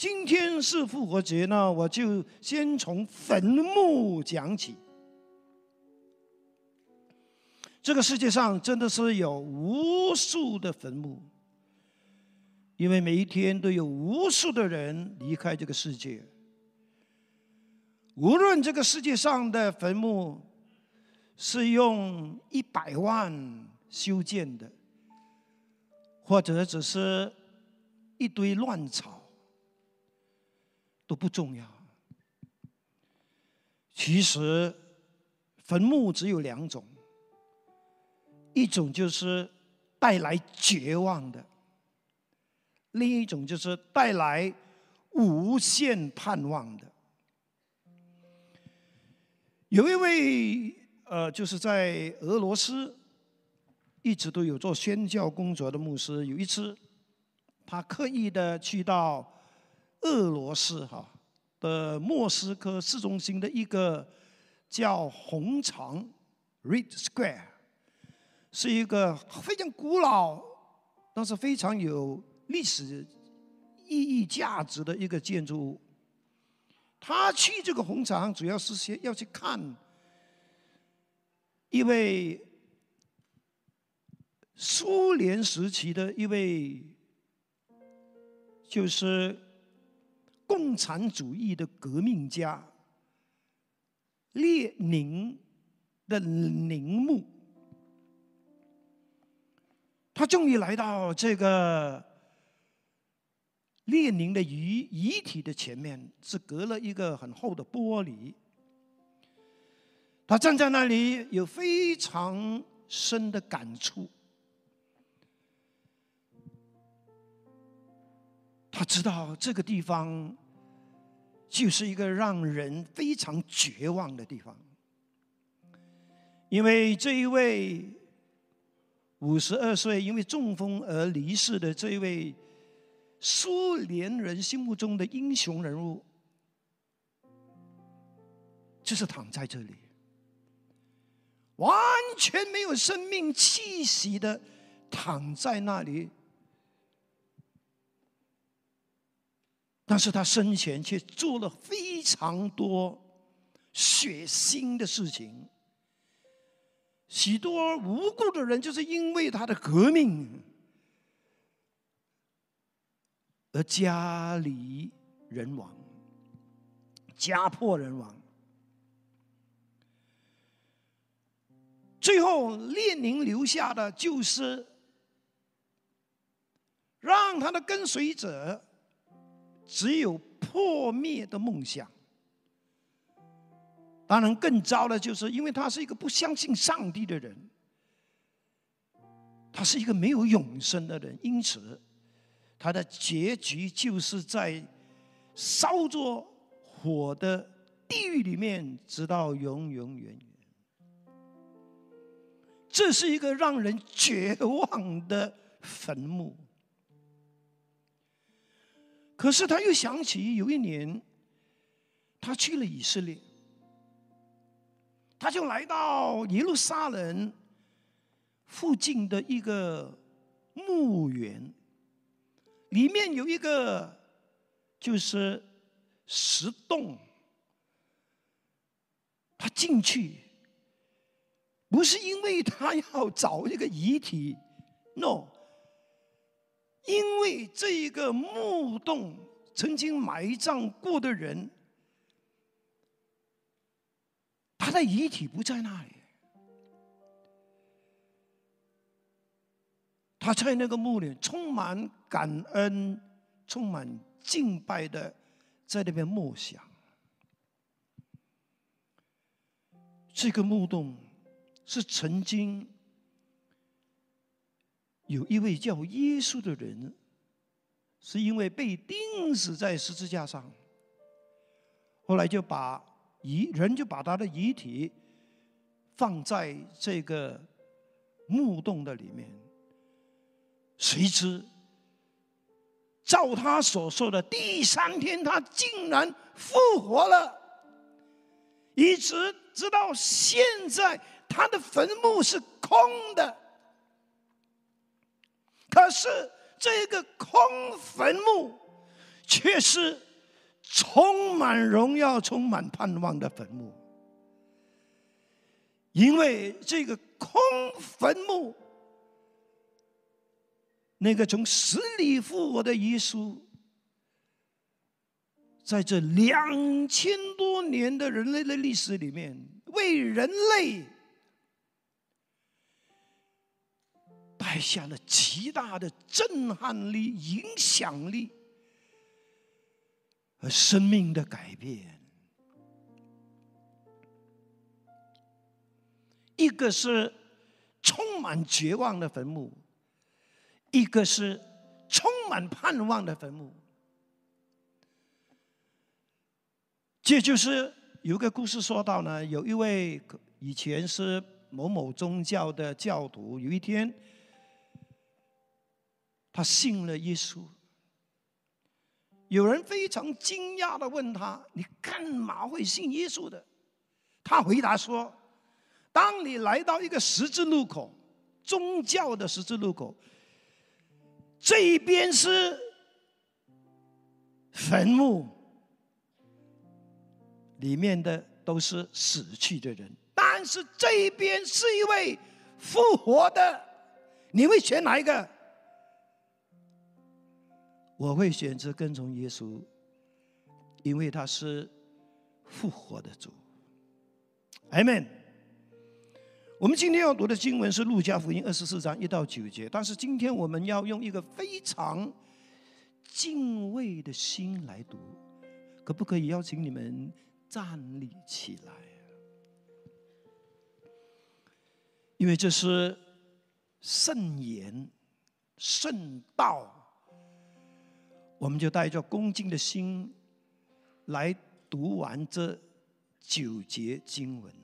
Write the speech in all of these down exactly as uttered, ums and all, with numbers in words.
今天是复活节呢，我就先从坟墓讲起。这个世界上真的是有无数的坟墓，因为每一天都有无数的人离开这个世界。无论这个世界上的坟墓是用一百万修建的，或者只是一堆乱草，都不重要。其实坟墓只有两种，一种就是带来绝望的，另一种就是带来无限盼望的。有一位呃，就是在俄罗斯一直都有做宣教工作的牧师，有一次他刻意的去到俄罗斯哈的莫斯科市中心的一个叫红场 Red Square， 是一个非常古老但是非常有历史意义价值的一个建筑物。他去这个红场主要是要去看一位苏联时期的一位就是共产主义的革命家列宁的陵墓。他终于来到这个列宁的遗遗体的前面，是隔了一个很厚的玻璃。他站在那里，有非常深的感触。他知道这个地方就是一个让人非常绝望的地方，因为这一位五十二岁因为中风而离世的这一位苏联人心目中的英雄人物，就是躺在这里，完全没有生命气息的躺在那里。但是他生前却做了非常多血腥的事情，许多无辜的人就是因为他的革命而家离人亡，家破人亡。最后列宁留下的就是让他的跟随者只有破灭的梦想。当然更糟的就是因为他是一个不相信上帝的人，他是一个没有永生的人，因此他的结局就是在烧着火的地狱里面，直到永永远远。这是一个让人绝望的坟墓。可是他又想起有一年他去了以色列，他就来到耶路撒冷附近的一个墓园，里面有一个就是石洞。他进去不是因为他要找一个遗体 ，no， 因为这一个墓洞曾经埋葬过的人，他的遗体不在那里。他在那个墓里充满感恩、充满敬拜的，在那边默想。这个墓洞是曾经有一位叫耶稣的人，是因为被钉死在十字架上，后来就把遗人就把他的遗体放在这个墓洞的里面。谁知照他所说的，第三天他竟然复活了，一直直到现在他的坟墓是空的。可是这个空坟墓却是充满荣耀、充满盼望的坟墓。因为这个空坟墓，那个从死里复活的耶稣，在这两千多年的人类的历史里面，为人类带下了极大的震撼力、影响力和生命的改变。一个是充满绝望的坟墓，一个是充满盼望的坟墓。这就是有个故事说到呢，有一位以前是某某宗教的教徒，有一天他信了耶稣。有人非常惊讶地问他：“你干嘛会信耶稣的？”他回答说：“当你来到一个十字路口，宗教的十字路口，这一边是坟墓，里面的都是死去的人，但是这一边是一位复活的，你会选哪一个？”我会选择跟从耶稣，因为他是复活的主。阿们。我们今天要读的经文是路加福音二十四章一到九节，但是今天我们要用一个非常敬畏的心来读，可不可以邀请你们站立起来？因为这是圣言、圣道。我们就带着恭敬的心来读完这九节经文。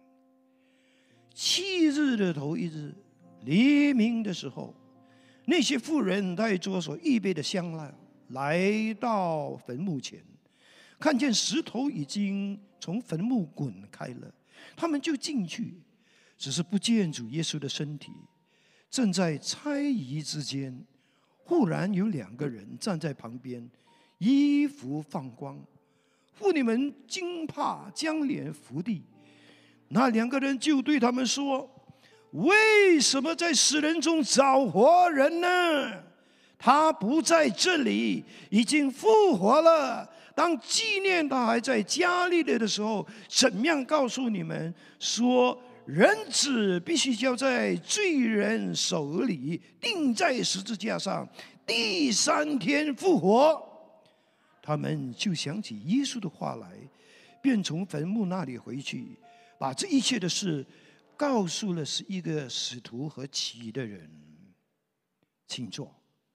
七日的头一日，黎明的时候，那些妇人带着所预备的香料来到坟墓前，看见石头已经从坟墓滚开了，他们就进去，只是不见主耶稣的身体。正在猜疑之间，忽然有两个人站在旁边，衣服放光，妇女们惊怕，将脸伏地。那两个人就对他们说：“为什么在死人中找活人呢？他不在这里，已经复活了。当纪念他还在加利利的时候，怎样告诉你们说，人子必须交在罪人手里，钉在十字架上，第三天复活？”他们就想起耶稣的话来，便从坟墓那里回去，把这一切的事告诉了十一个使徒和其余的人。请坐。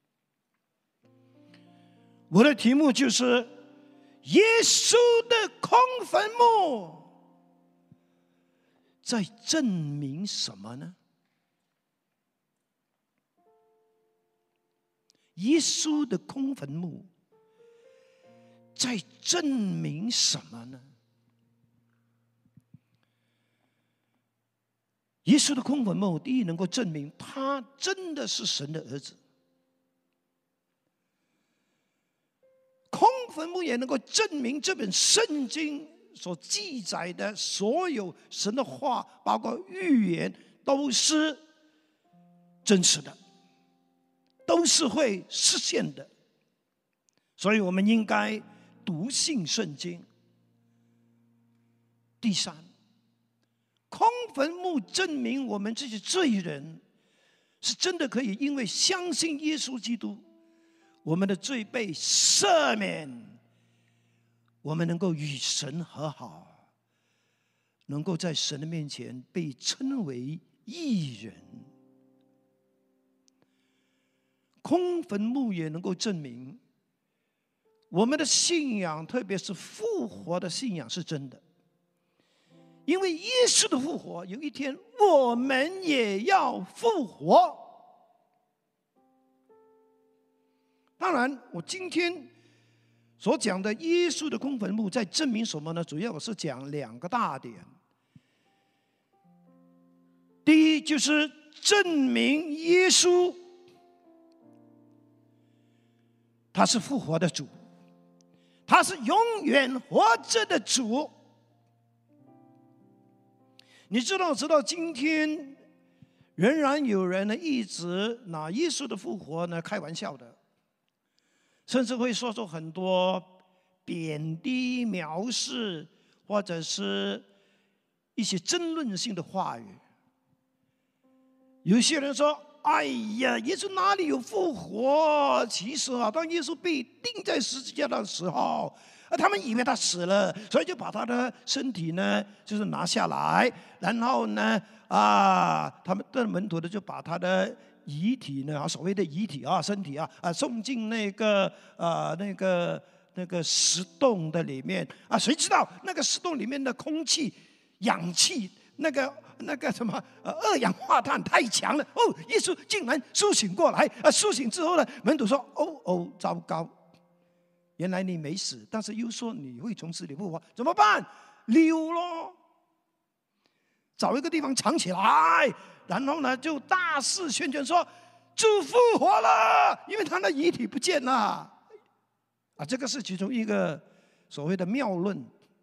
我的题目就是耶稣的空坟墓在证明什么呢？耶稣的空坟墓在证明什么呢？耶稣的空坟墓，第一能够证明他真的是神的儿子。空坟墓也能够证明这本圣经所记载的所有神的话，包括预言，都是真实的，都是会实现的。所以我们应该读信圣经。第三，空坟墓证明我们这些罪人是真的可以因为相信耶稣基督，我们的罪被赦免，我们能够与神和好，能够在神的面前被称为义人。空坟墓也能够证明我们的信仰，特别是复活的信仰是真的。因为耶稣的复活，有一天我们也要复活。当然，我今天所讲的耶稣的空坟墓在证明什么呢？主要我是讲两个大点。第一，就是证明耶稣他是复活的主。 他是永远活着的主。你知道，直到今天，仍然有人呢一直拿耶稣的复活呢开玩笑的，甚至会说出很多贬低、藐视，或者是一些争论性的话语。有些人说：“哎呀，耶稣哪里有复活？其实啊，当耶稣被钉在十字架的时候，他们以为他死了，所以就把他的身体呢，就是拿下来，然后呢，啊，他们的门徒呢就把他的遗体呢，所谓的遗体啊，身体啊，啊，送进那个呃那个那个石洞的里面啊，谁知道那个石洞里面的空气、氧气。”那个那个什么呃二氧化碳太强了哦，耶稣竟然苏醒过来啊！苏醒之后呢，门徒说：“哦哦，糟糕！原来你没死，但是又说你会从死里复活，怎么办？溜咯，找一个地方藏起来，然后呢就大肆宣传说主复活了，因为他的遗体不见了啊！这个是其中一个所谓的谬论。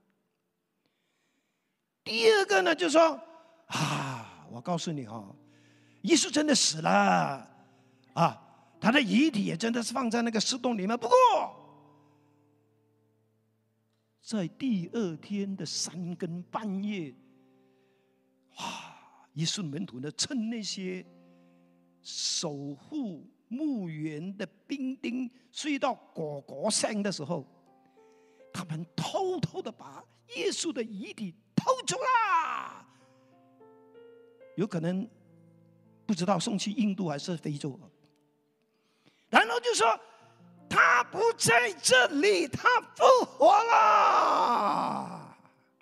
第二个呢，就说啊，我告诉你哦，耶稣真的死了啊，他的遗体也真的是放在那个石洞里面。不过，在第二天的三更半夜，哇，耶稣门徒呢，趁那些守护墓园的兵丁睡到咯咯声的时候，他们偷偷的把耶稣的遗体偷走啦，有可能不知道送去印度还是非洲，然后就说他不在这里，他复活了。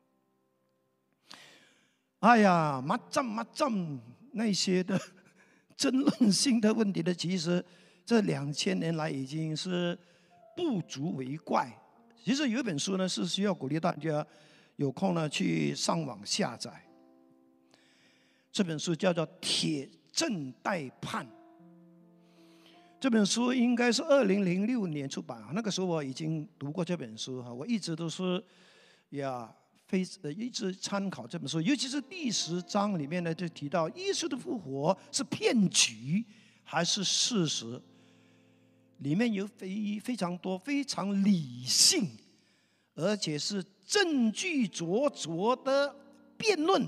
哎呀，麻将麻将那些的争论性的问题的，其实这两千年来已经是不足为怪。其实有一本书呢，是需要鼓励大家有空呢去上网下载。这本书叫做《铁证待判》。这本书应该是二零零六年出版，那个时候我已经读过这本书，我一直都是呀非一直参考这本书，尤其是第十章里面呢，就提到耶稣的复活是骗局还是事实。里面有非非常多非常理性，而且是证据卓卓的辩论。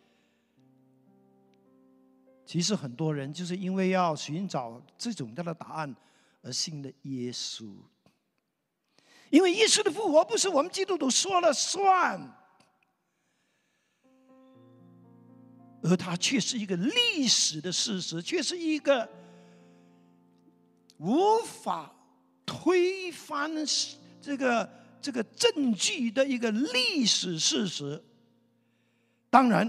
其实很多人就是因为要寻找这种样的答案而信了耶稣，因为耶稣的复活不是我们基督徒说了算，而它却是一个历史的事实，却是一个无法推翻这个这个证据的一个历史事实。当然，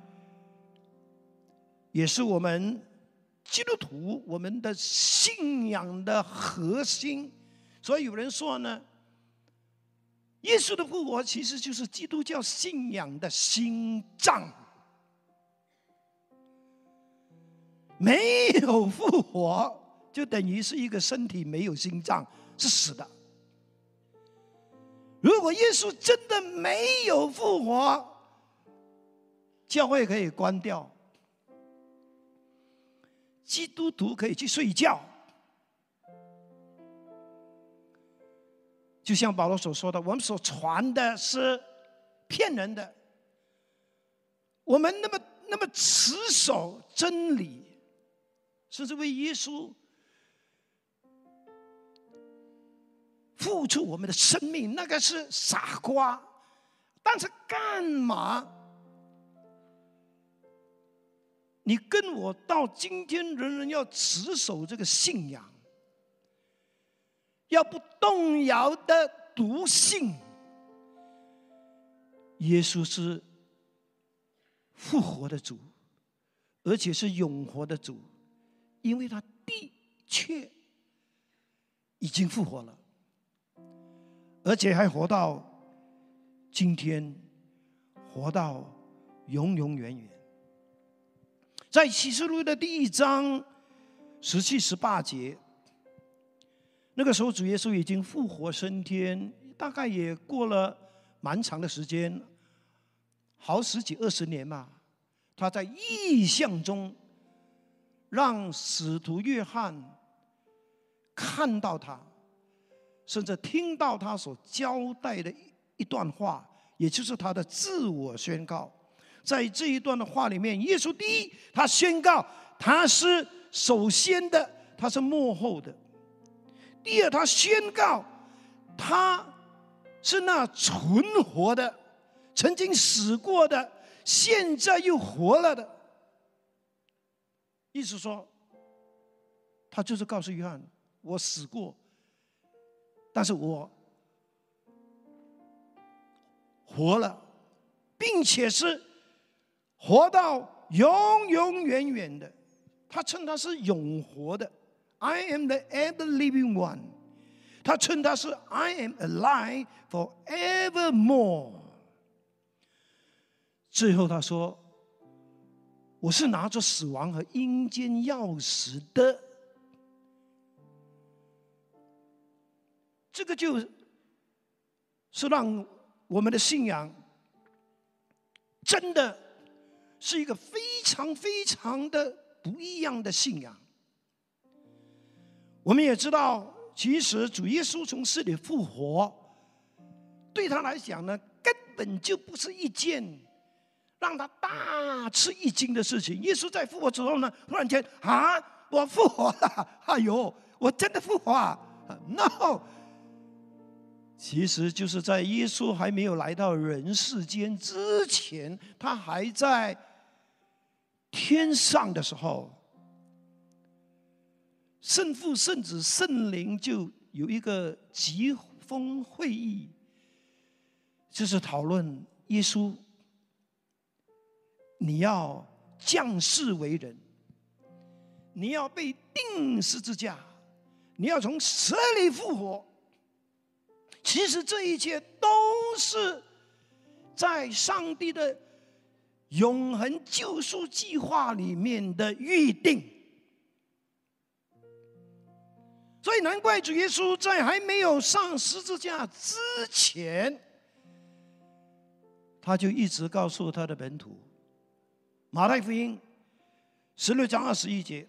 也是我们基督徒我们的信仰的核心。所以有人说呢，耶稣的复活其实就是基督教信仰的心脏。没有复活，就等于是一个身体没有心脏，是死的。如果耶稣真的没有复活，教会可以关掉，基督徒可以去睡觉。就像保罗所说的，我们所传的是骗人的，我们那么那么持守真理，甚至为耶稣付出我们的生命，那个是傻瓜。但是干嘛你跟我到今天人人要持守这个信仰，要不动摇的笃信耶稣是复活的主，而且是永活的主，因为他的确已经复活了，而且还活到今天，活到永永远远。在启示录的第一章十七、十八节，那个时候主耶稣已经复活升天， 大概也过了蛮长的时间，好十几二十年嘛。他在异象中让使徒约翰看到他，甚至听到他所交代的一段话，也就是他的自我宣告。在这一段的话里面，耶稣第一，他宣告他是首先的，他是末后的；第二，他宣告他是那存活的，曾经死过的，现在又活了的。意思说，他就是告诉约翰，我死过，但是我活了，并且是活到永永远远的。他称他是永活的 I am the ever living one。 他称他是 I am alive forevermore。 最后他说，我是拿着死亡和阴间钥匙的。这个就是让我们的信仰真的是一个非常非常的不一样的信仰。我们也知道，其实主耶稣从死里复活，对他来讲呢，根本就不是一件让他大吃一惊的事情。耶稣在复活之后呢，突然间啊，我复活了，哎呦，我真的复活啊 ！No， 其实就是在耶稣还没有来到人世间之前，他还在天上的时候，圣父、圣子、圣灵就有一个集风会议，就是讨论耶稣，你要降世为人，你要被钉十字架，你要从死里复活。其实这一切都是在上帝的永恒救赎计划里面的预定。所以难怪主耶稣在还没有上十字架之前，他就一直告诉他的门徒，马太福音十六章二十一节，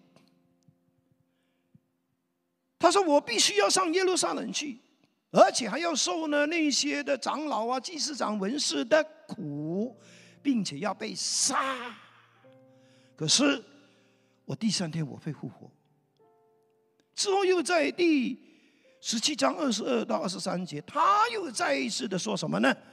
他说，我必须要上耶路撒冷去，而且还要受呢那些的长老啊、祭司长、文士的苦，并且要被杀。可是我第三天我会复活。之后又在第十七章二十二到二十三节，他又再一次的说什么呢？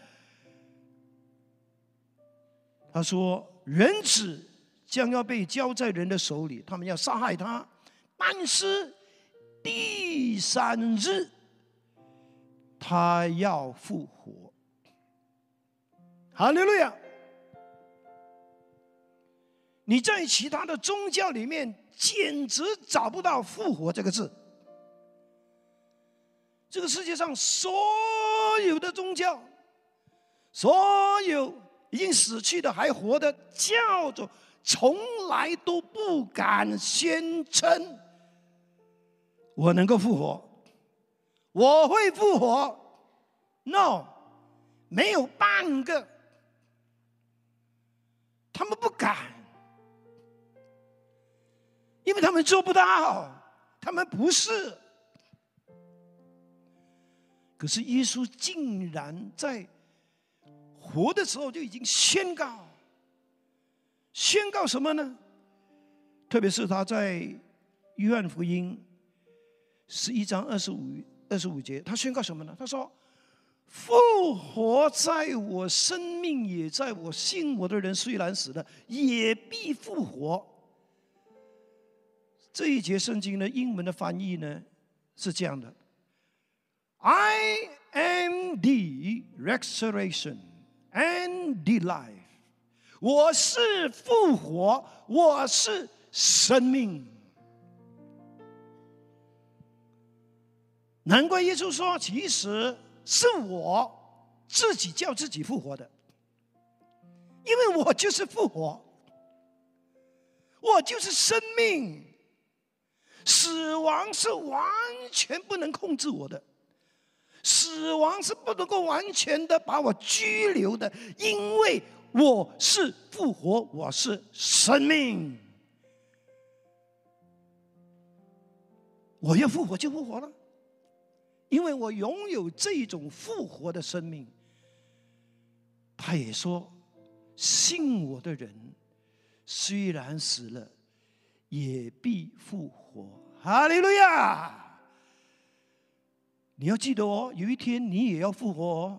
他说，人子将要被交在人的手里，他们要杀害他，但是第三日他要复活。哈利路亚！你在其他的宗教里面简直找不到复活这个字。这个世界上所有的宗教，所有已经死去的还活的教主，从来都不敢宣称我能够复活，我会复活。 No， 没有半个，他们不敢，因为他们做不到，他们不是。可是耶稣竟然在活的时候就已经宣告，宣告什么呢？特别是他在约翰福音十一章二十五二十五节，他宣告什么呢？他说：“复活在我，生命也在我，信我的人虽然死了，也必复活。”这一节圣经的英文的翻译呢是这样的 ：“I am the resurrection and the life。”我是复活，我是生命。难怪耶稣说，其实是我自己叫自己复活的，因为我就是复活，我就是生命。死亡是完全不能控制我的， 死亡是不能够完全的把我拘留的，因为我是复活，我是生命。我要复活就复活了，因为我拥有这种复活的生命。他也说，信我的人虽然死了，也必复活。哈利路亚！你要记得哦，有一天你也要复活哦。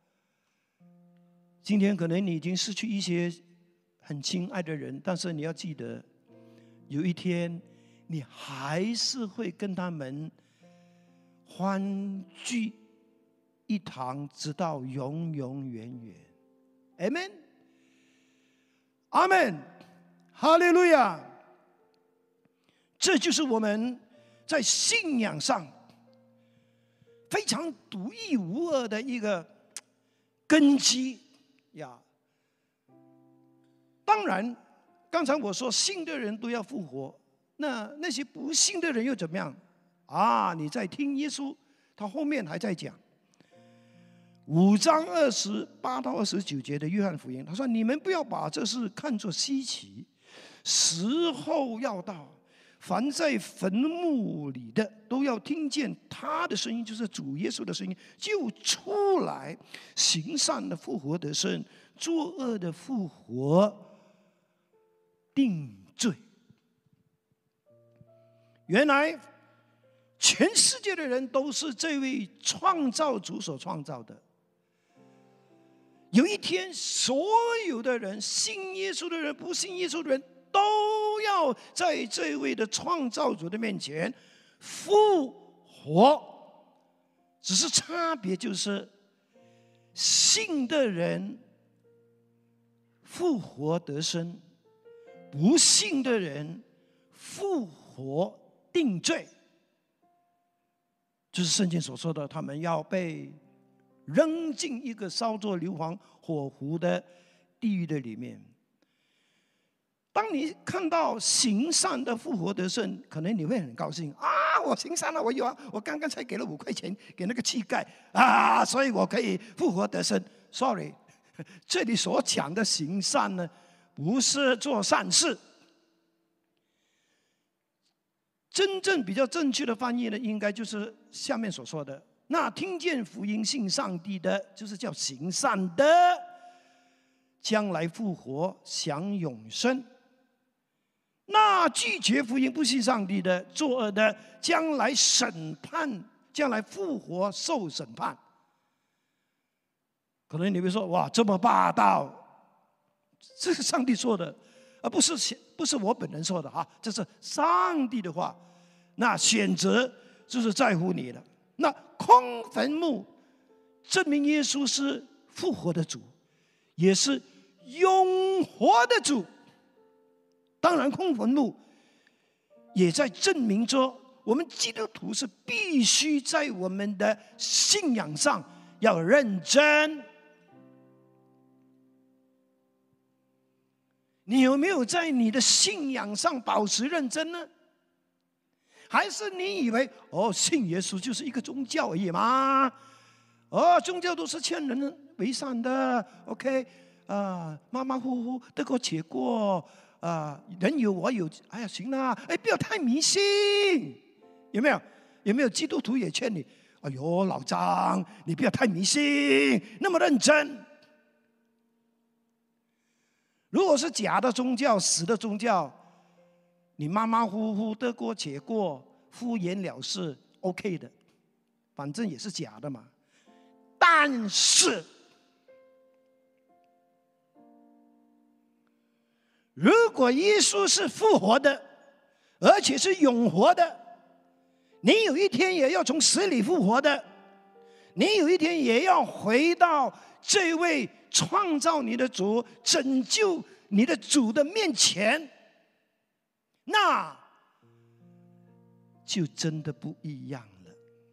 今天可能你已经失去一些很亲爱的人，但是你要记得，有一天你还是会跟他们欢聚一堂，直到永永远远。Amen， 阿们，哈利路亚！这就是我们在信仰上非常独一无二的一个根基呀。当然，刚才我说信的人都要复活，那那些不信的人又怎么样啊？你在听耶稣，他后面还在讲五章二十八到二十九节的约翰福音，他说：“你们不要把这事看作稀奇，时候要到。”凡在坟墓里的都要听见他的声音，就是主耶稣的声音，就出来，行善的复活得生，作恶的复活定罪。原来全世界的人都是这位创造主所创造的。有一天，所有的人，信耶稣的人，不信耶稣的人，都要在这位的创造主的面前复活，只是差别就是信的人复活得生，不信的人复活定罪。就是圣经所说的，他们要被扔进一个烧作硫磺火湖的地狱的里面。当你看到行善的复活得胜，可能你会很高兴啊！我行善了，我有啊，我刚刚才给了五块钱给那个乞丐啊，所以我可以复活得胜。Sorry， 这里所讲的行善呢，不是做善事。真正比较正确的翻译呢，应该就是下面所说的：那听见福音信上帝的，就是叫行善的，将来复活享永生。那拒绝福音不信上帝的作恶的，将来审判，将来复活受审判。可能你会说：哇，这么霸道！这是上帝说的，而不是不是我本人说的啊，这是上帝的话。那选择就是在乎你的。那空坟墓证明耶稣是复活的主，也是永活的主。当然，空坟墓也在证明着我们基督徒是必须在我们的信仰上要认真。你有没有在你的信仰上保持认真呢？还是你以为哦，信耶稣就是一个宗教而已吗？哦，宗教都是劝人为善的 ，OK 啊，马马虎虎得过且过。啊，人有我有，哎呀，行啦，哎，不要太迷信，有没有？有没有基督徒也劝你？哎呦，老张，你不要太迷信，那么认真。如果是假的宗教、死的宗教，你马马虎虎得过且过、敷衍了事 ，OK 的，反正也是假的嘛。但是，如果耶稣是复活的，而且是永活的，你有一天也要从死里复活的，你有一天也要回到这位创造你的主、拯救你的主的面前，那就真的不一样了。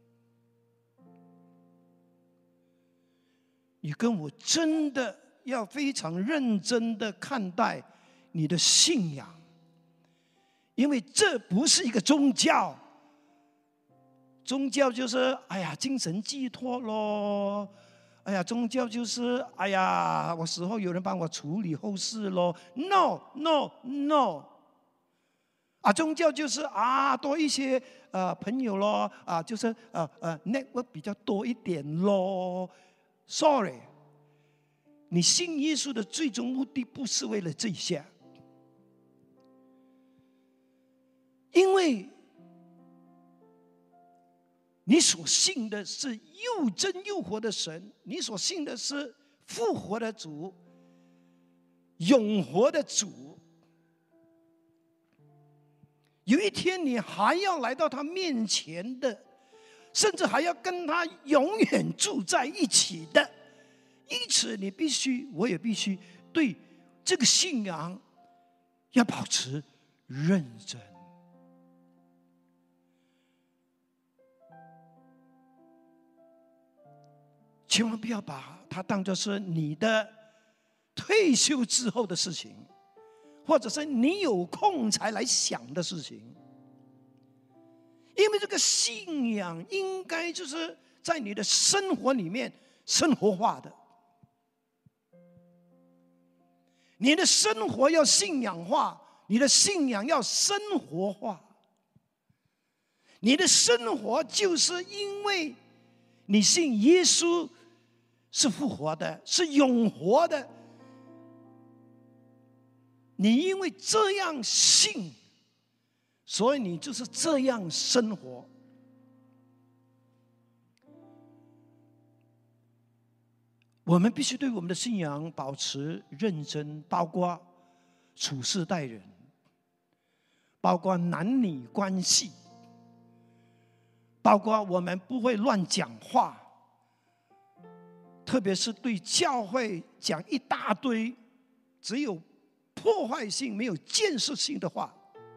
你跟我真的要非常认真的看待你的信仰，因为这不是一个宗教， 宗教就是哎呀精神寄托咯，哎呀宗教就是哎呀我死后有人帮我处理后事咯。No no no， 啊宗教就是啊多一些呃朋友咯，啊就是呃呃 network 比较多一点咯。Sorry， 你信耶稣的最终目的不是为了这些，因为你所信的是又真又活的神，你所信的是复活的主，永活的主。有一天你还要来到他面前的，甚至还要跟他永远住在一起的。因此你必须，我也必须对这个信仰要保持认真。千万不要把它当作是你的退休之后的事情，或者是你有空才来想的事情。因为这个信仰应该就是在你的生活里面生活化的，你的生活要信仰化，你的信仰要生活化。你的生活就是因为你信耶稣是复活的，是永活的，你因为这样信，所以你就是这样生活。我们必须对我们的信仰保持认真，包括处事待人，包括男女关系，包括我们不会乱讲话，特别是对教会讲一大堆只有破坏性没有建设性的话。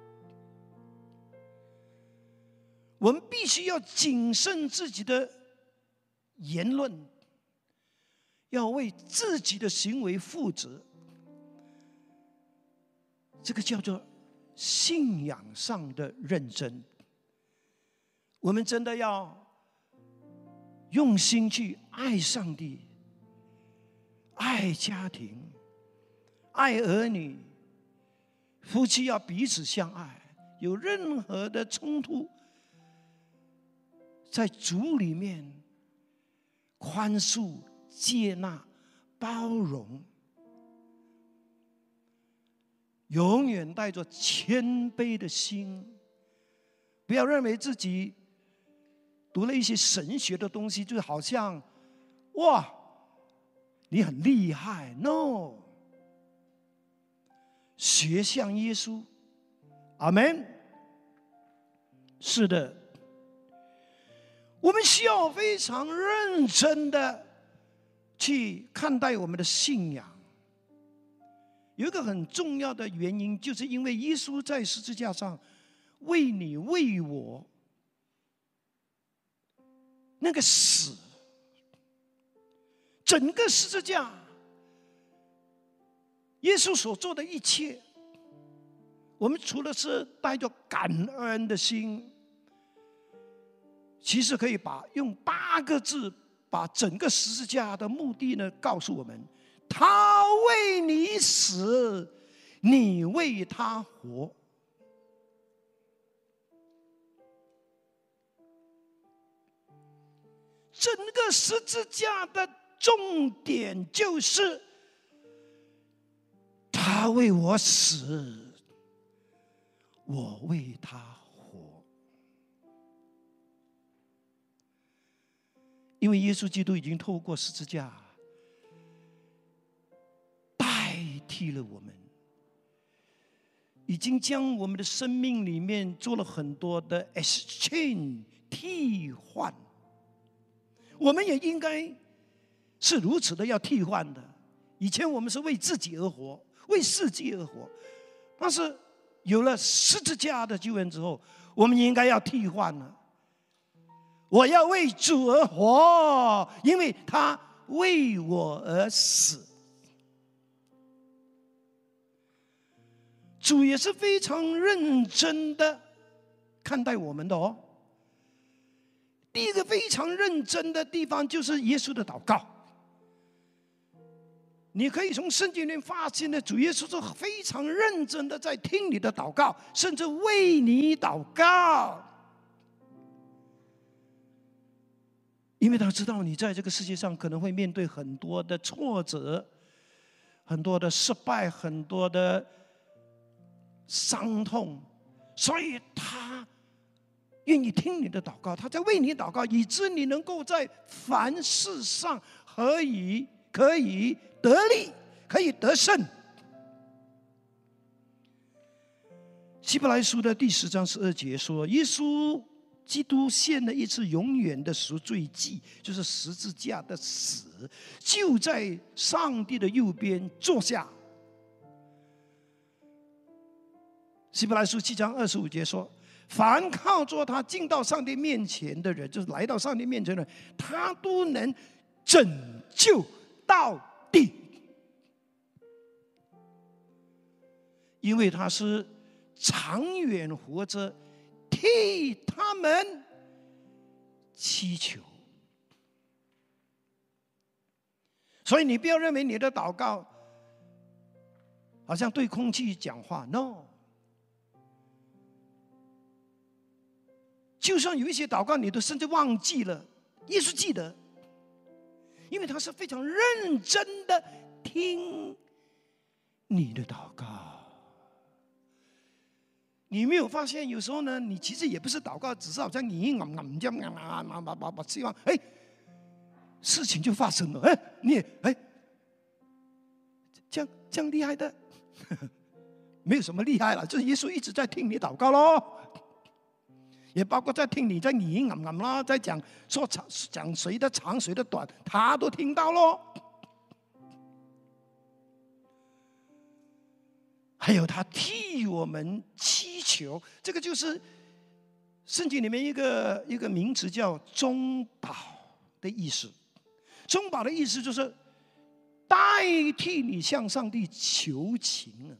我们必须要谨慎自己的言论，要为自己的行为负责。这个叫做信仰上的认真。我们真的要用心去爱上帝，爱家庭，爱儿女，夫妻要彼此相爱。有任何的冲突，在主里面宽恕、接纳、包容，永远带着谦卑的心。不要认为自己读了一些神学的东西，就好像哇，你很厉害。No， 学像耶稣。阿们。是的，我们需要非常认真的去看待我们的信仰。有一个很重要的原因，就是因为耶稣在十字架上为你为我那个死，整个十字架，耶稣所做的一切，我们除了是带着感恩的心，其实可以把用八个字把整个十字架的目的呢告诉我们：他为你死，你为他活。整个十字架的重点就是他为我死，我为他活。因为耶稣基督已经透过十字架代替了我们，已经将我们的生命里面做了很多的 exchange 替换。我们也应该是如此的要替换的。以前我们是为自己而活，为世界而活，但是有了十字架的救恩之后，我们应该要替换了。我要为主而活，因为他为我而死。主也是非常认真的看待我们的哦。 第一个非常认真的地方就是耶稣的祷告。你可以从圣经里面发现的，主耶稣是非常认真的在听你的祷告，甚至为你祷告，因为他知道你在这个世界上可能会面对很多的挫折，很多的失败，很多的伤痛，所以他愿意听你的祷告，他在为你祷告，以致你能够在凡事上可以可以得力，可以得胜。希伯来书的第十章十二节说，耶稣基督献了一次永远的赎罪祭，就是十字架的死，就在上帝的右边坐下。希伯来书七章二十五节说，凡靠着他进到上帝面前的人，就是来到上帝面前的人，他都能拯救到底，因为他是长远活着，替他们祈求。所以你不要认为你的祷告好像对空气讲话 ，no。就算有一些祷告你都甚至忘记了，耶稣记得，因为他是非常认真的听你的祷告。你没有发现有时候呢，你其实也不是祷告，只是好像你嗯嗯这样啊啊啊啊，希望哎，事情就发生了，哎，你也哎，这样这样厉害的，没有什么厉害了，就是耶稣一直在听你祷告咯。也包括在听你在你嗯嗯啦，在讲说讲谁的长谁的短，他都听到咯。还有他替我们祈求，这个就是圣经里面一个一个名词叫中保的意思。中保的意思就是代替你向上帝求情啊。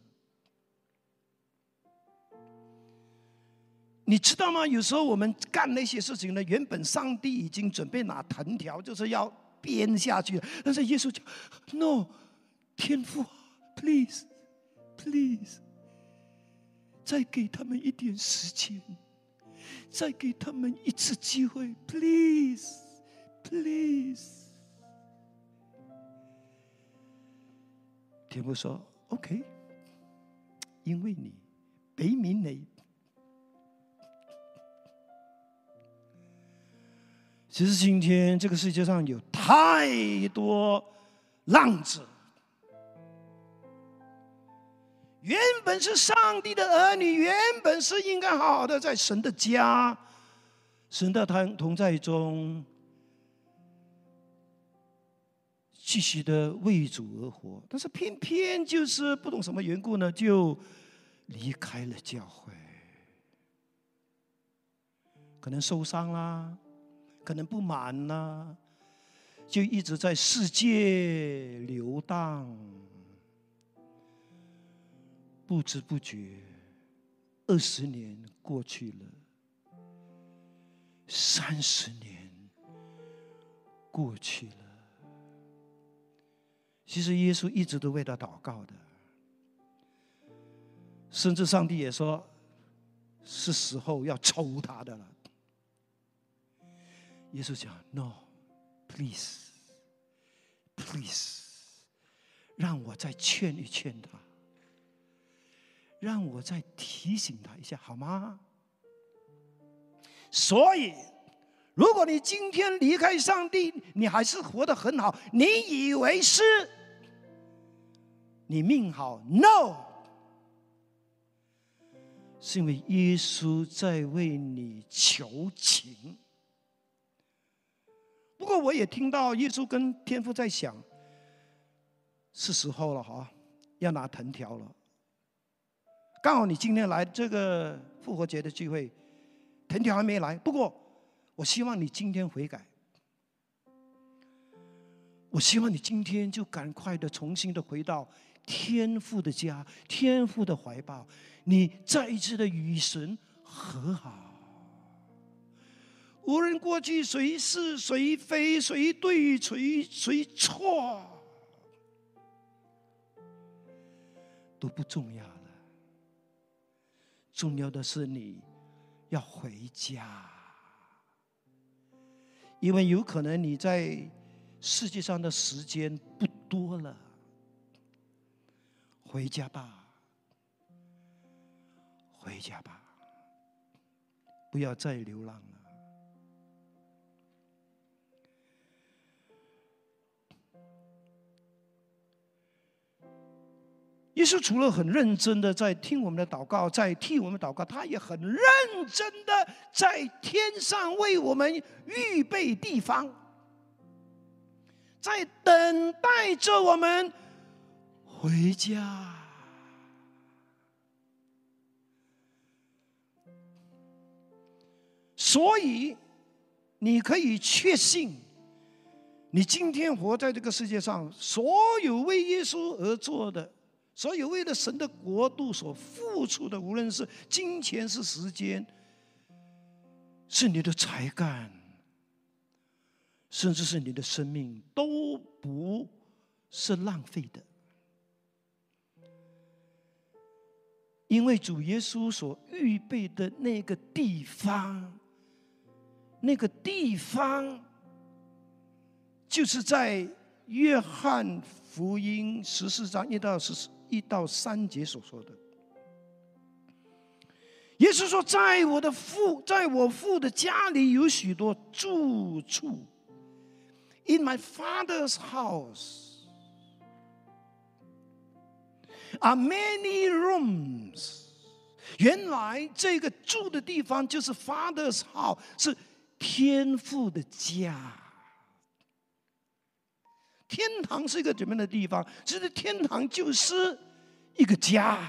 你知道吗？有时候我们干那些事情呢，原本上帝已经准备拿藤条，就是要鞭下去了，但是耶稣讲 ：“No， 天父 ，please， please， 再给他们一点时间，再给他们一次机会 ，please， please。”天父说 ：“OK， 因为你俾面你。”其实今天这个世界上有太多浪子，原本是上帝的儿女，原本是应该好好的在神的家、神的同在中继续的为主而活，但是偏偏就是不懂什么缘故呢，就离开了教会，可能受伤啦，可能不满啦，就一直在世界流荡，不知不觉，二十年过去了，三十年过去了。其实耶稣一直都为他祷告的，甚至上帝也说，是时候要抽他的了。耶稣讲 ：“No， please， please， 让我再劝一劝他，让我再提醒他一下，好吗？”所以，如果你今天离开上帝，你还是活得很好，你以为是你命好 ？No， 是因为耶稣在为你求情。不过我也听到耶稣跟天父在想，是时候了哈，要拿藤条了。刚好你今天来这个复活节的聚会，藤条还没来。不过我希望你今天悔改，我希望你今天就赶快的重新的回到天父的家，天父的怀抱，你再一次的与神和好， 无论过去谁是谁非，谁对谁谁错，都不重要了。重要的是你要回家，因为有可能你在世界上的时间不多了。回家吧，回家吧，不要再流浪了。耶稣除了很认真的在听我们的祷告，在替我们祷告，他也很认真的在天上为我们预备地方，在等待着我们回家。所以你可以确信，你今天活在这个世界上，所有为耶稣而做的，所有为了神的国度所付出的，无论是金钱、是时间、是你的才干，甚至是你的生命，都不是浪费的。因为主耶稣所预备的那个地方，那个地方就是在约翰福音十四章一到十一到三节所说的。耶稣说：“在我的父，在我父的家里有许多住处。In my Father's house are many rooms。”原来这个住的地方就是 Father's house， 是天父的家。天堂是一个怎么样的地方？其实天堂就是一个家，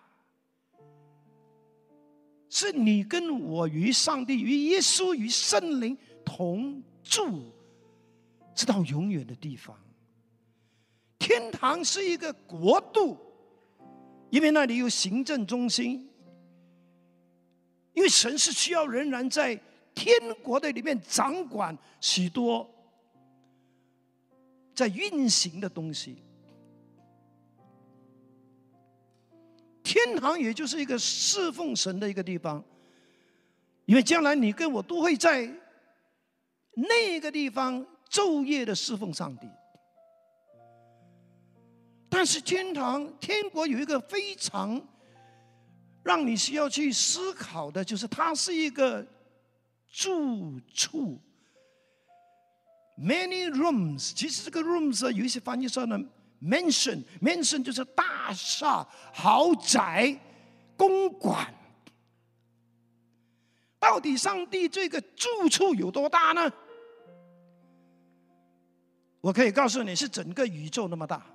是你跟我与上帝、与耶稣、与圣灵同住，直到永远的地方。天堂是一个国度，因为那里有行政中心，因为神是需要仍然在天国的里面掌管许多在运行的东西。天堂也就是一个侍奉神的一个地方，因为将来你跟我都会在那个地方昼夜的侍奉上帝。但是天堂天国有一个非常让你需要去思考的，就是它是一个住处 ，many rooms。其实这个 rooms 有一些翻译说呢 ，mansion mansion 就是大厦、豪宅、公馆。到底上帝这个住处有多大呢？我可以告诉你，是整个宇宙那么大。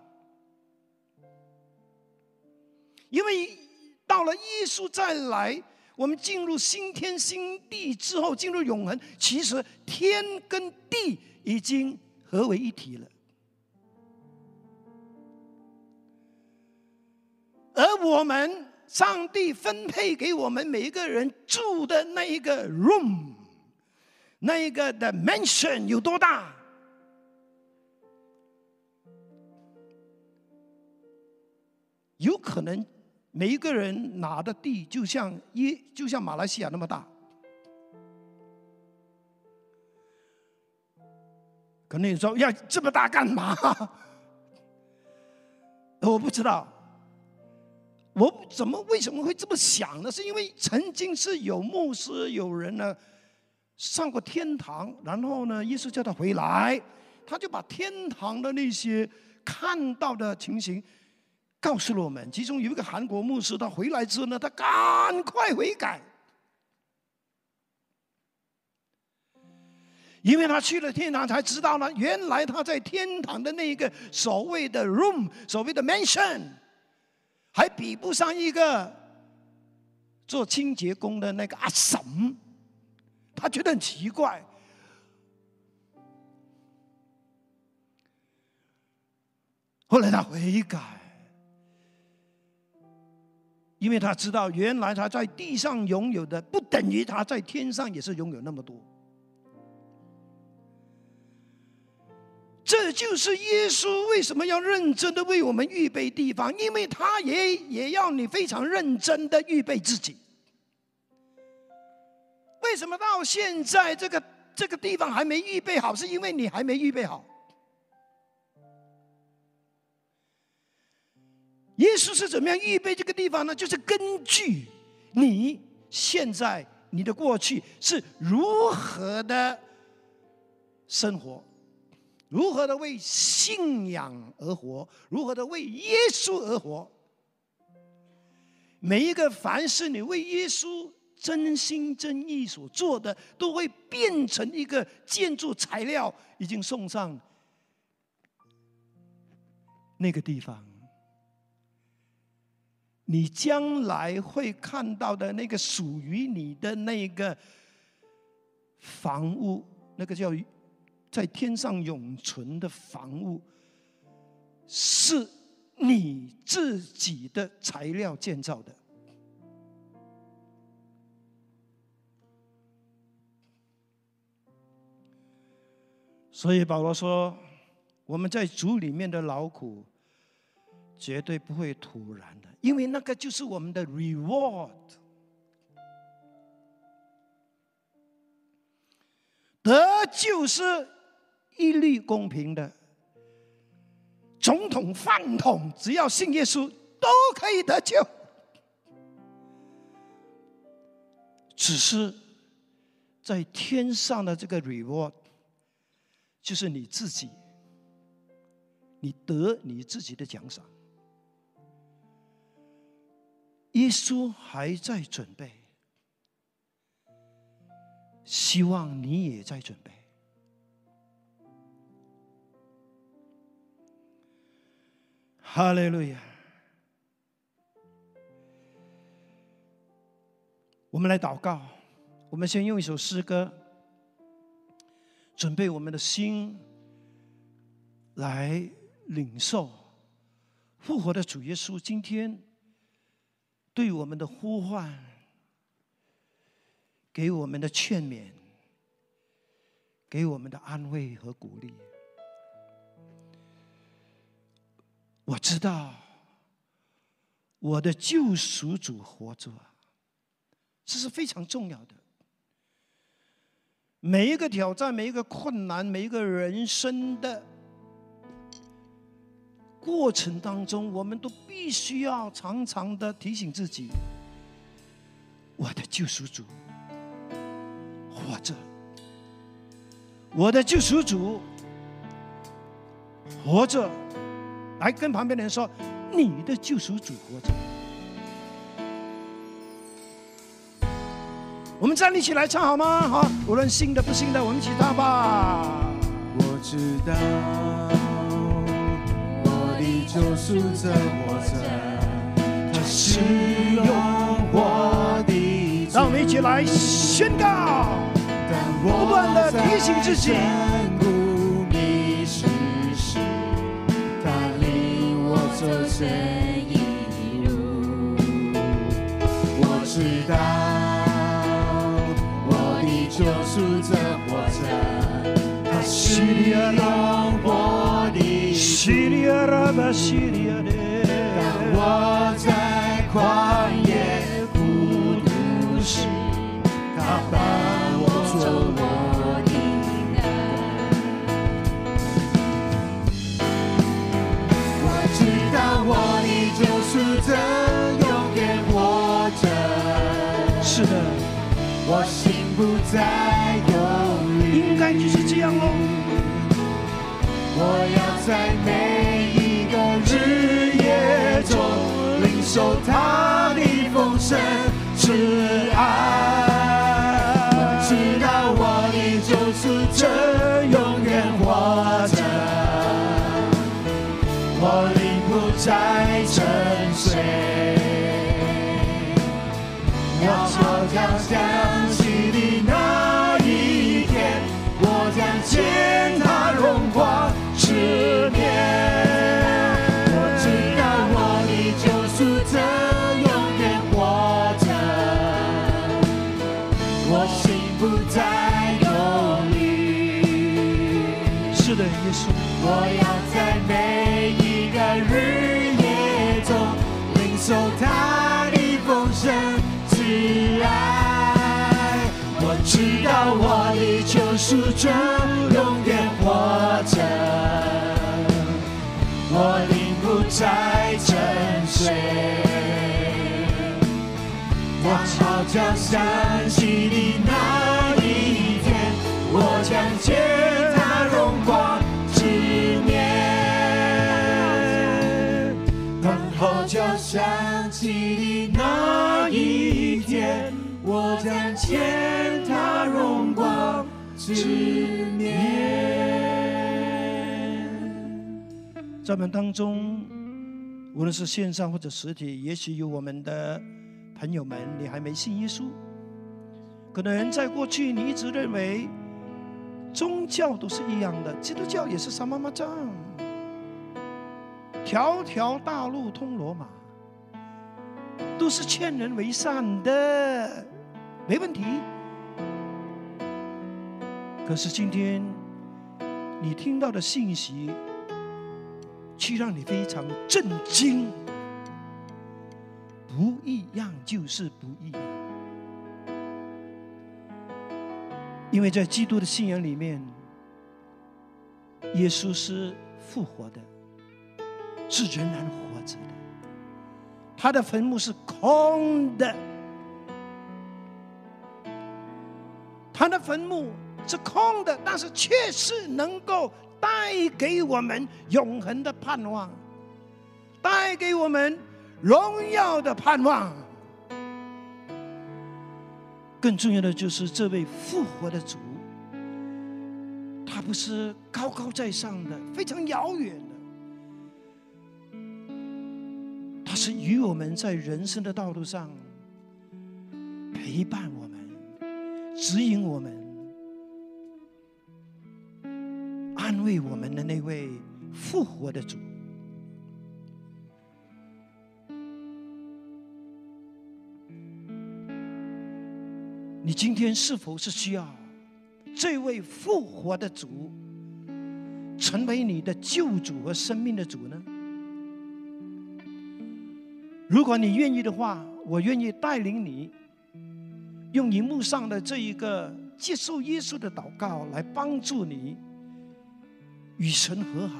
因为到了耶稣再来，我们进入新天新地之后，进入永恒，其实天跟地已经合为一体了。而我们上帝分配给我们每一个人住的那一个 room， 那一个的 mansion 有多大？有可能每一个人拿的地就像一就像马来西亚那么大，可能你说要这么大干嘛？我不知道，我怎么为什么会这么想呢？是因为曾经是有牧师有人呢上过天堂，然后呢耶稣叫他回来，他就把天堂的那些看到的情形告诉了我们。其中有一个韩国牧师，他回来之后呢，他赶快悔改，因为他去了天堂才知道呢，原来他在天堂的那个所谓的 room， 所谓的 mansion， 还比不上一个做清洁工的那个阿嬸。他觉得很奇怪。后来他悔改，因为他知道原来他在地上拥有的不等于他在天上也是拥有那么多。 就是耶稣为什么要认真的为我们预备地方，因为他也也要你非常认真的预备自己。为什么到现在这个这个地方还没预备好？是因为你还没预备好。耶稣是怎么样预备这个地方呢？就是根据你现在你的过去是如何的生活，如何的为信仰而活，如何的为耶稣而活。每一个凡是你为耶稣真心真意所做的，都会变成一个建筑材料，已经送上那个地方。你将来会看到的那个属于你的那个房屋，那个叫在天上永存的房屋，是你自己的材料建造的。所以保罗说，我们在主里面的劳苦绝对不会突然的，因为那个就是我们的 reward。 得救是一律公平的，总统饭桶只要信耶稣都可以得救，只是在天上的这个 reward 就是你自己，你得你自己的奖赏。耶稣还在准备，希望你也在准备。哈利路亚！我们来祷告，我们先用一首诗歌准备我们的心，来领受复活的主耶稣今天对我们的呼唤，给我们的劝勉，给我们的安慰和鼓励。我知道我的救赎主活着，这是非常重要的。每一个挑战，每一个困难，每一个人生的过程当中，我们都必须要常常的提醒自己，我的救赎主活着，我的救赎主活着。来跟旁边的人说，你的救赎主活着。我们站立起来唱好吗？好，无论信的不信的，我们一起唱吧。 我知道我的救赎者活着，他是用我的。 让我们一起来宣告，不断的提醒自己。 走这一路，我知道我的救赎者活着，他是用我的当我在旷野孤独时，他伴我走我的我的救赎者永远活着。 是的， 我心不再忧虑， 应该就是这样喽。 我要在每一个日夜中领受他的丰盛之爱。我知道我的救赎者永远活着，我在沉睡，我将想起的那一天，我将见他荣光之面。我知道我的救赎者永远活着，我心不再忧虑。 是的，耶稣， 我要在每一个日夜中领受他的丰盛慈爱。我知道我的救赎主永远活着，我灵不再沉睡。我好像想起的那一天，我将见他荣光之面。等候就想起的那一天，我将见他荣光之面。 在我们当中，无论是线上或者实体，也许有我们的朋友们，你还没信耶稣。可能在过去，你一直认为宗教都是一样的，基督教也是三妈妈杖，条条大路通罗马，都是劝人为善的，没问题。可是今天你听到的信息，却让你非常震惊。不一样就是不一样，因为在基督的信仰里面，耶稣是复活的，是仍然活着的，他的坟墓是空的，他的坟墓是空的，但是却是能够带给我们永恒的盼望，带给我们荣耀的盼望。更重要的就是这位复活的主，他不是高高在上的，非常遥远的，他是与我们在人生的道路上陪伴我们，指引我们，安慰我们的那位复活的主。你今天是否是需要这位复活的主成为你的救主和生命的主呢？如果你愿意的话，我愿意带领你用荧幕上的这一个接受耶稣的祷告来帮助你与神和好，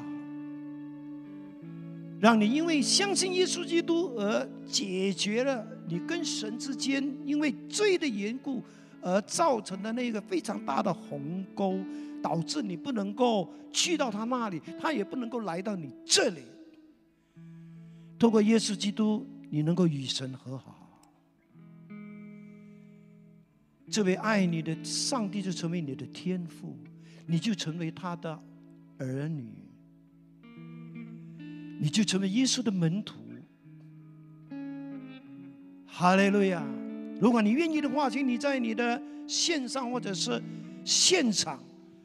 让你因为相信耶稣基督而解决了你跟神之间因为罪的缘故而造成的那个非常大的鸿沟，导致你不能够去到他那里，他也不能够来到你这里。透过耶稣基督，你能够与神和好，这位爱你的上帝就成为你的天父，你就成为他的儿女，你就成为耶稣的门徒。哈利路亚！如果你愿意的话，请你在你的线上或者是现场，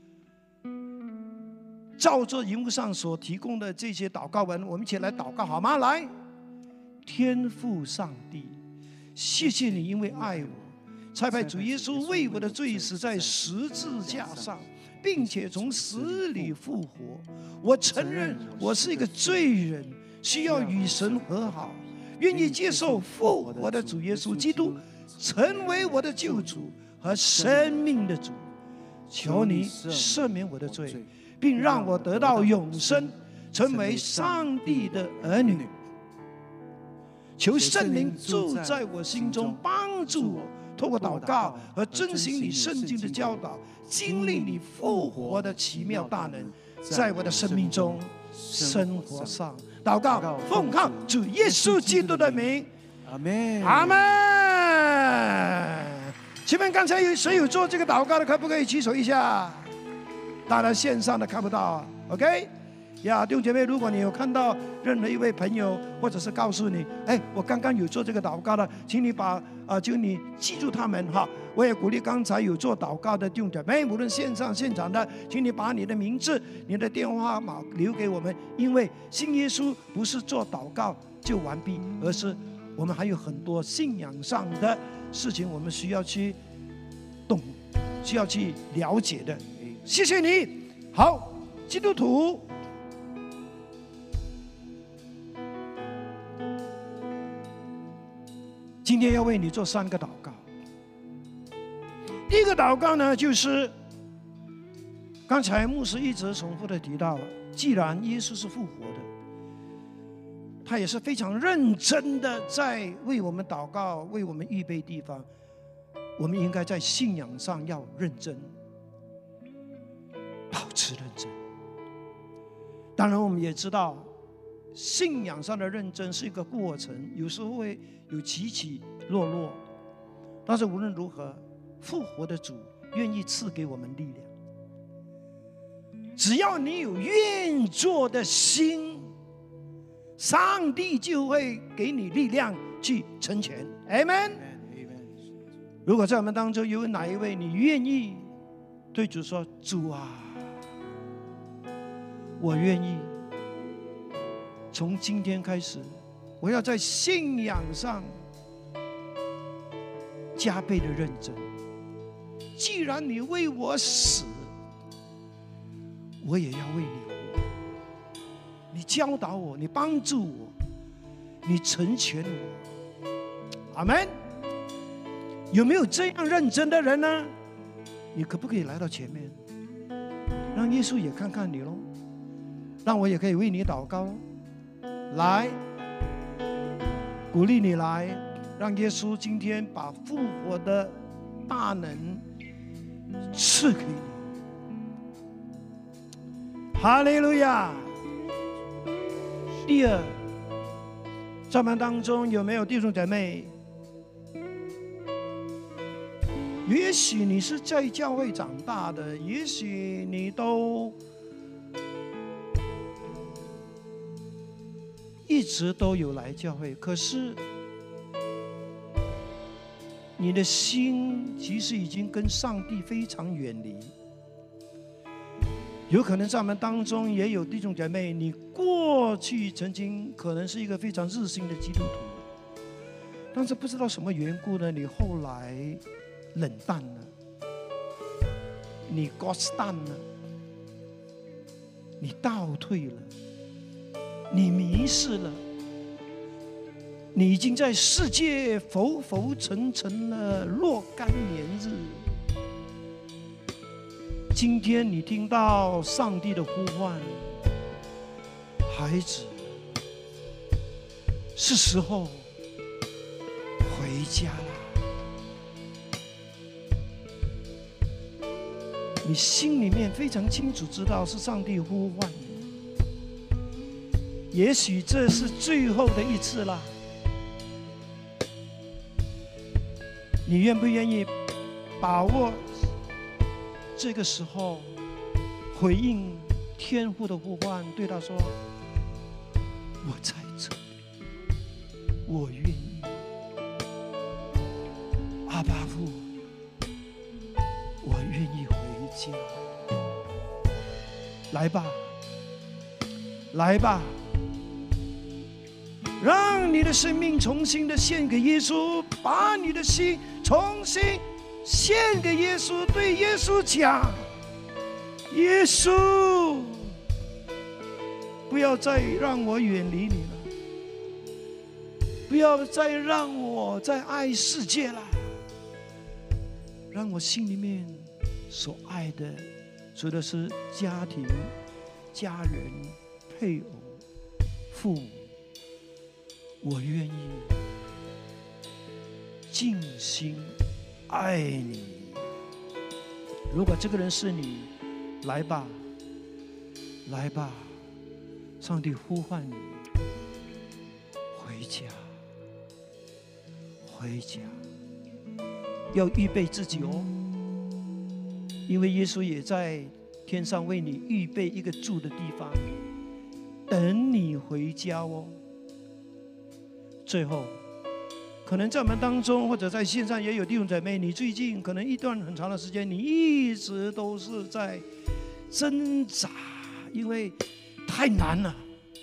照着荧幕上所提供的这些祷告文，我们一起来祷告好吗？来，天父上帝，谢谢你因为爱我，差派主耶稣为我的罪死在十字架上，并且从死里复活。我承认我是一个罪人，需要与神和好，愿意接受复活的主耶稣基督成为我的救主和生命的主。求你赦免我的罪，并让我得到永生，成为上帝的儿女。求圣灵住在我心中，帮助我透过祷告和遵行你圣经的教导，经历你复活的奇妙大能，在我的生命中生活上。祷告奉靠主耶稣基督的名， 阿们， 阿们。请问刚才有谁有做这个祷告的，可不可以举手一下？当然线上的看不到 ，OK？ 呀，弟兄姐妹，如果你有看到任何一位朋友，或者是告诉你，哎，我刚刚有做这个祷告的，请你把啊、呃，就你记住他们哈。我也鼓励刚才有做祷告的弟兄姐妹，无论线上现场的，请你把你的名字、你的电话号码留给我们，因为信耶稣不是做祷告就完毕，而是我们还有很多信仰上的事情，我们需要去懂，需要去了解的。谢谢你。好，基督徒， 今天要为你做三个祷告。第一个祷告呢，就是刚才牧师一直重复的提到，既然耶稣是复活的，他也是非常认真的在为我们祷告，为我们预备地方。我们应该在信仰上要认真，保持认真。当然我们也知道，信仰上的认真是一个过程，有时候会有起起落落，但是无论如何，复活的主愿意赐给我们力量。只要你有愿做的心，上帝就会给你力量去成全。 Amen。 如果在我们当中有哪一位你愿意对主说，主啊，我愿意从今天开始，我要在信仰上加倍的认真。既然你为我死，我也要为你活。你教导我，你帮助我，你成全我。阿们。有没有这样认真的人呢？你可不可以来到前面，让耶稣也看看你咯，让我也可以为你祷告。来，鼓励你来，让耶稣今天把复活的大能赐给你。哈利路亚。第二，在我们当中有没有弟兄姐妹？也许你是在教会长大的，也许你都一直都有来教会，可是你的心其实已经跟上帝非常远离。有可能在我们当中也有弟兄姐妹，你过去曾经可能是一个非常热心的基督徒，但是不知道什么缘故呢，你后来冷淡了，你 ghost 淡了，你倒退了，你迷失了，你已经在世界浮浮沉沉了若干年日。今天你听到上帝的呼唤，孩子，是时候回家了。你心里面非常清楚知道是上帝呼唤你，也许这是最后的一次了。你愿不愿意把握这个时候，回应天父的呼唤，对他说：“我在这里，我愿意。”阿爸父，我愿意回家。来吧，来吧，让你的生命重新的献给耶稣，把你的心重新献给耶稣，对耶稣讲：耶稣，不要再让我远离你了，不要再让我再爱世界了，让我心里面所爱的，说的是家庭、家人、配偶、父母，我愿意尽心爱你。如果这个人是你，来吧，来吧，上帝呼唤你回家，回家，要预备自己哦，因为耶稣也在天上为你预备一个住的地方，等你回家哦。最后，可能在我们当中，或者在线上也有弟兄姐妹，你最近可能一段很长的时间，你一直都是在挣扎，因为太难了，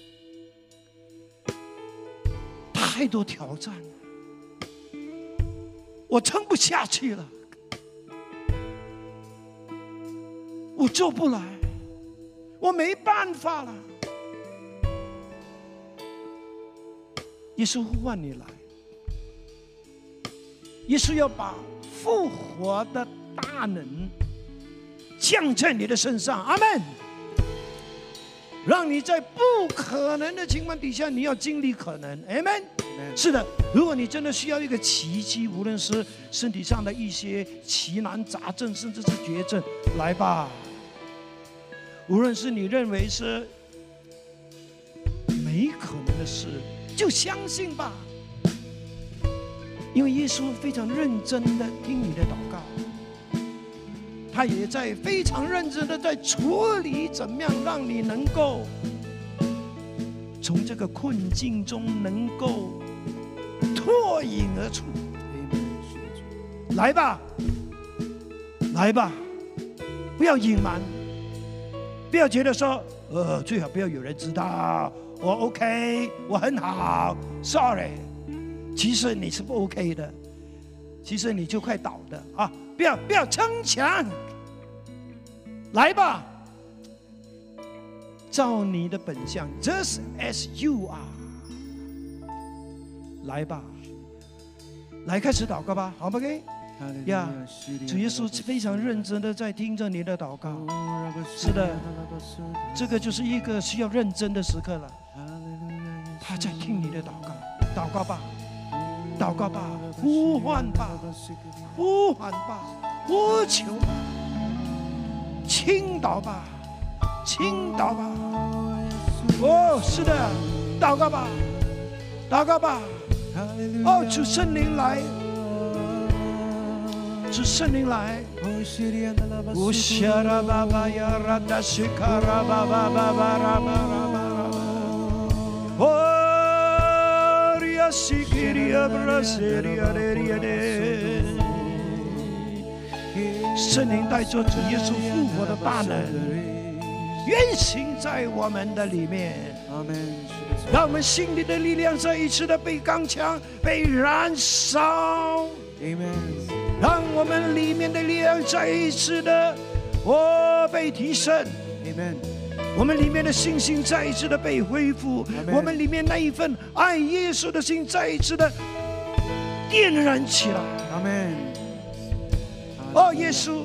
太多挑战了，我撑不下去了，我做不来，我没办法了。耶稣呼唤你来， 耶稣要把复活的大能降在你的身上，阿们。让你在不可能的情况底下，你要经历可能，阿们。是的，如果你真的需要一个奇迹，无论是身体上的一些奇难杂症，甚至是绝症，来吧。无论是你认为是没可能的事，就相信吧。因为耶稣非常认真的听你的祷告，他也在非常认真的在处理怎么样让你能够从这个困境中能够脱颖而出。来吧，来吧，不要隐瞒，不要觉得说，呃，最好不要有人知道，我 OK， 我很好 ，Sorry。其实你是不 OK 的，其实你就快倒的啊！不要不要逞强，来吧，照你的本相 ，just as you are， 来吧，来开始祷告吧，好不 OK？ 呀，主耶稣非常认真的在听着你的祷告。是的，这个就是一个需要认真的时刻了。他在听你的祷告，祷告吧。祷告吧，呼唤吧，呼唤吧，呼求吧，倾倒吧，倾倒吧。哦，是的，祷告吧，祷告吧。哦，主圣灵来，主圣灵来。乌夏拉巴巴呀拉达西卡拉巴巴巴巴拉巴拉巴拉。哦。圣灵带着主耶稣复活的大能运行在我们的里面，让我们心里的力量再一次的被刚强、被燃烧，让我们里面的力量再一次的哦被提升。我们里面的信心再一次的被恢复，我们里面那一份爱耶稣的心再一次的点燃起来。阿们。哦，耶稣，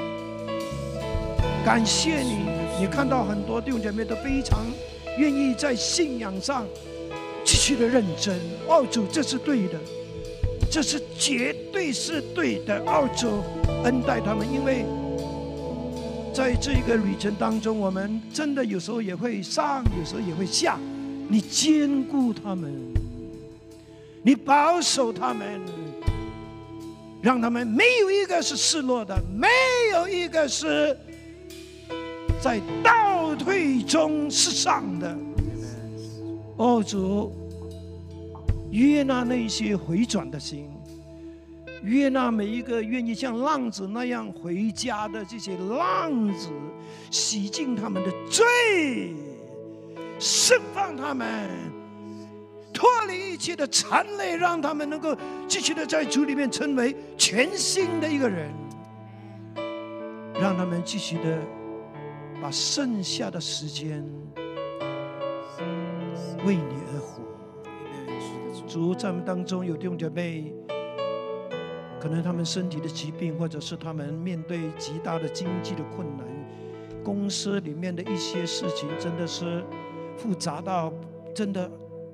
感谢你，你看到很多弟兄姐妹都非常愿意在信仰上继续的认真。哦，主，这是对的，这是绝对是对的。哦，主，恩待他们，因为在这个旅程当中，我们真的有时候也会上，有时候也会下。你兼顾他们，你保守他们，让他们没有一个是失落的，没有一个是在倒退中失丧的。哦，主，约纳那些回转的心，约纳每一个愿意像浪子那样回家的这些浪子，洗净他们的罪，释放他们，脱离一切的残累，让他们能够继续的在主里面成为全新的一个人，让他们继续的把剩下的时间为你而活。主，在我们当中有弟兄姐妹，可能他们身体的疾病，或者是他们面对极大的经济的困难，公司里面的一些事情真的是复杂到真的，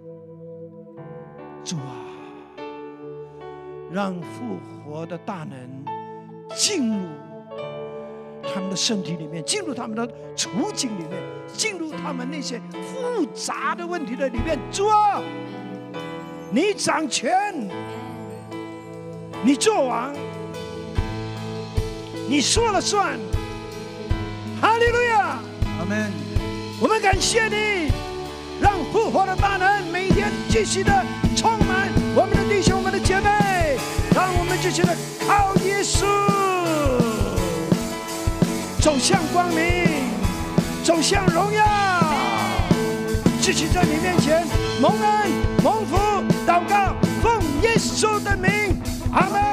主啊，让复活的大能进入他们的身体里面，进入他们的处境里面，进入他们那些复杂的问题的里面。主啊，你掌权，你做王，你说了算。哈利路亚， 阿们。 我们感谢你，让复活的大能每天继续的充满我们的弟兄、我们的姐妹，让我们继续的靠耶稣走向光明，走向荣耀，继续在你面前蒙恩蒙福，祷告奉耶稣的名，阿们。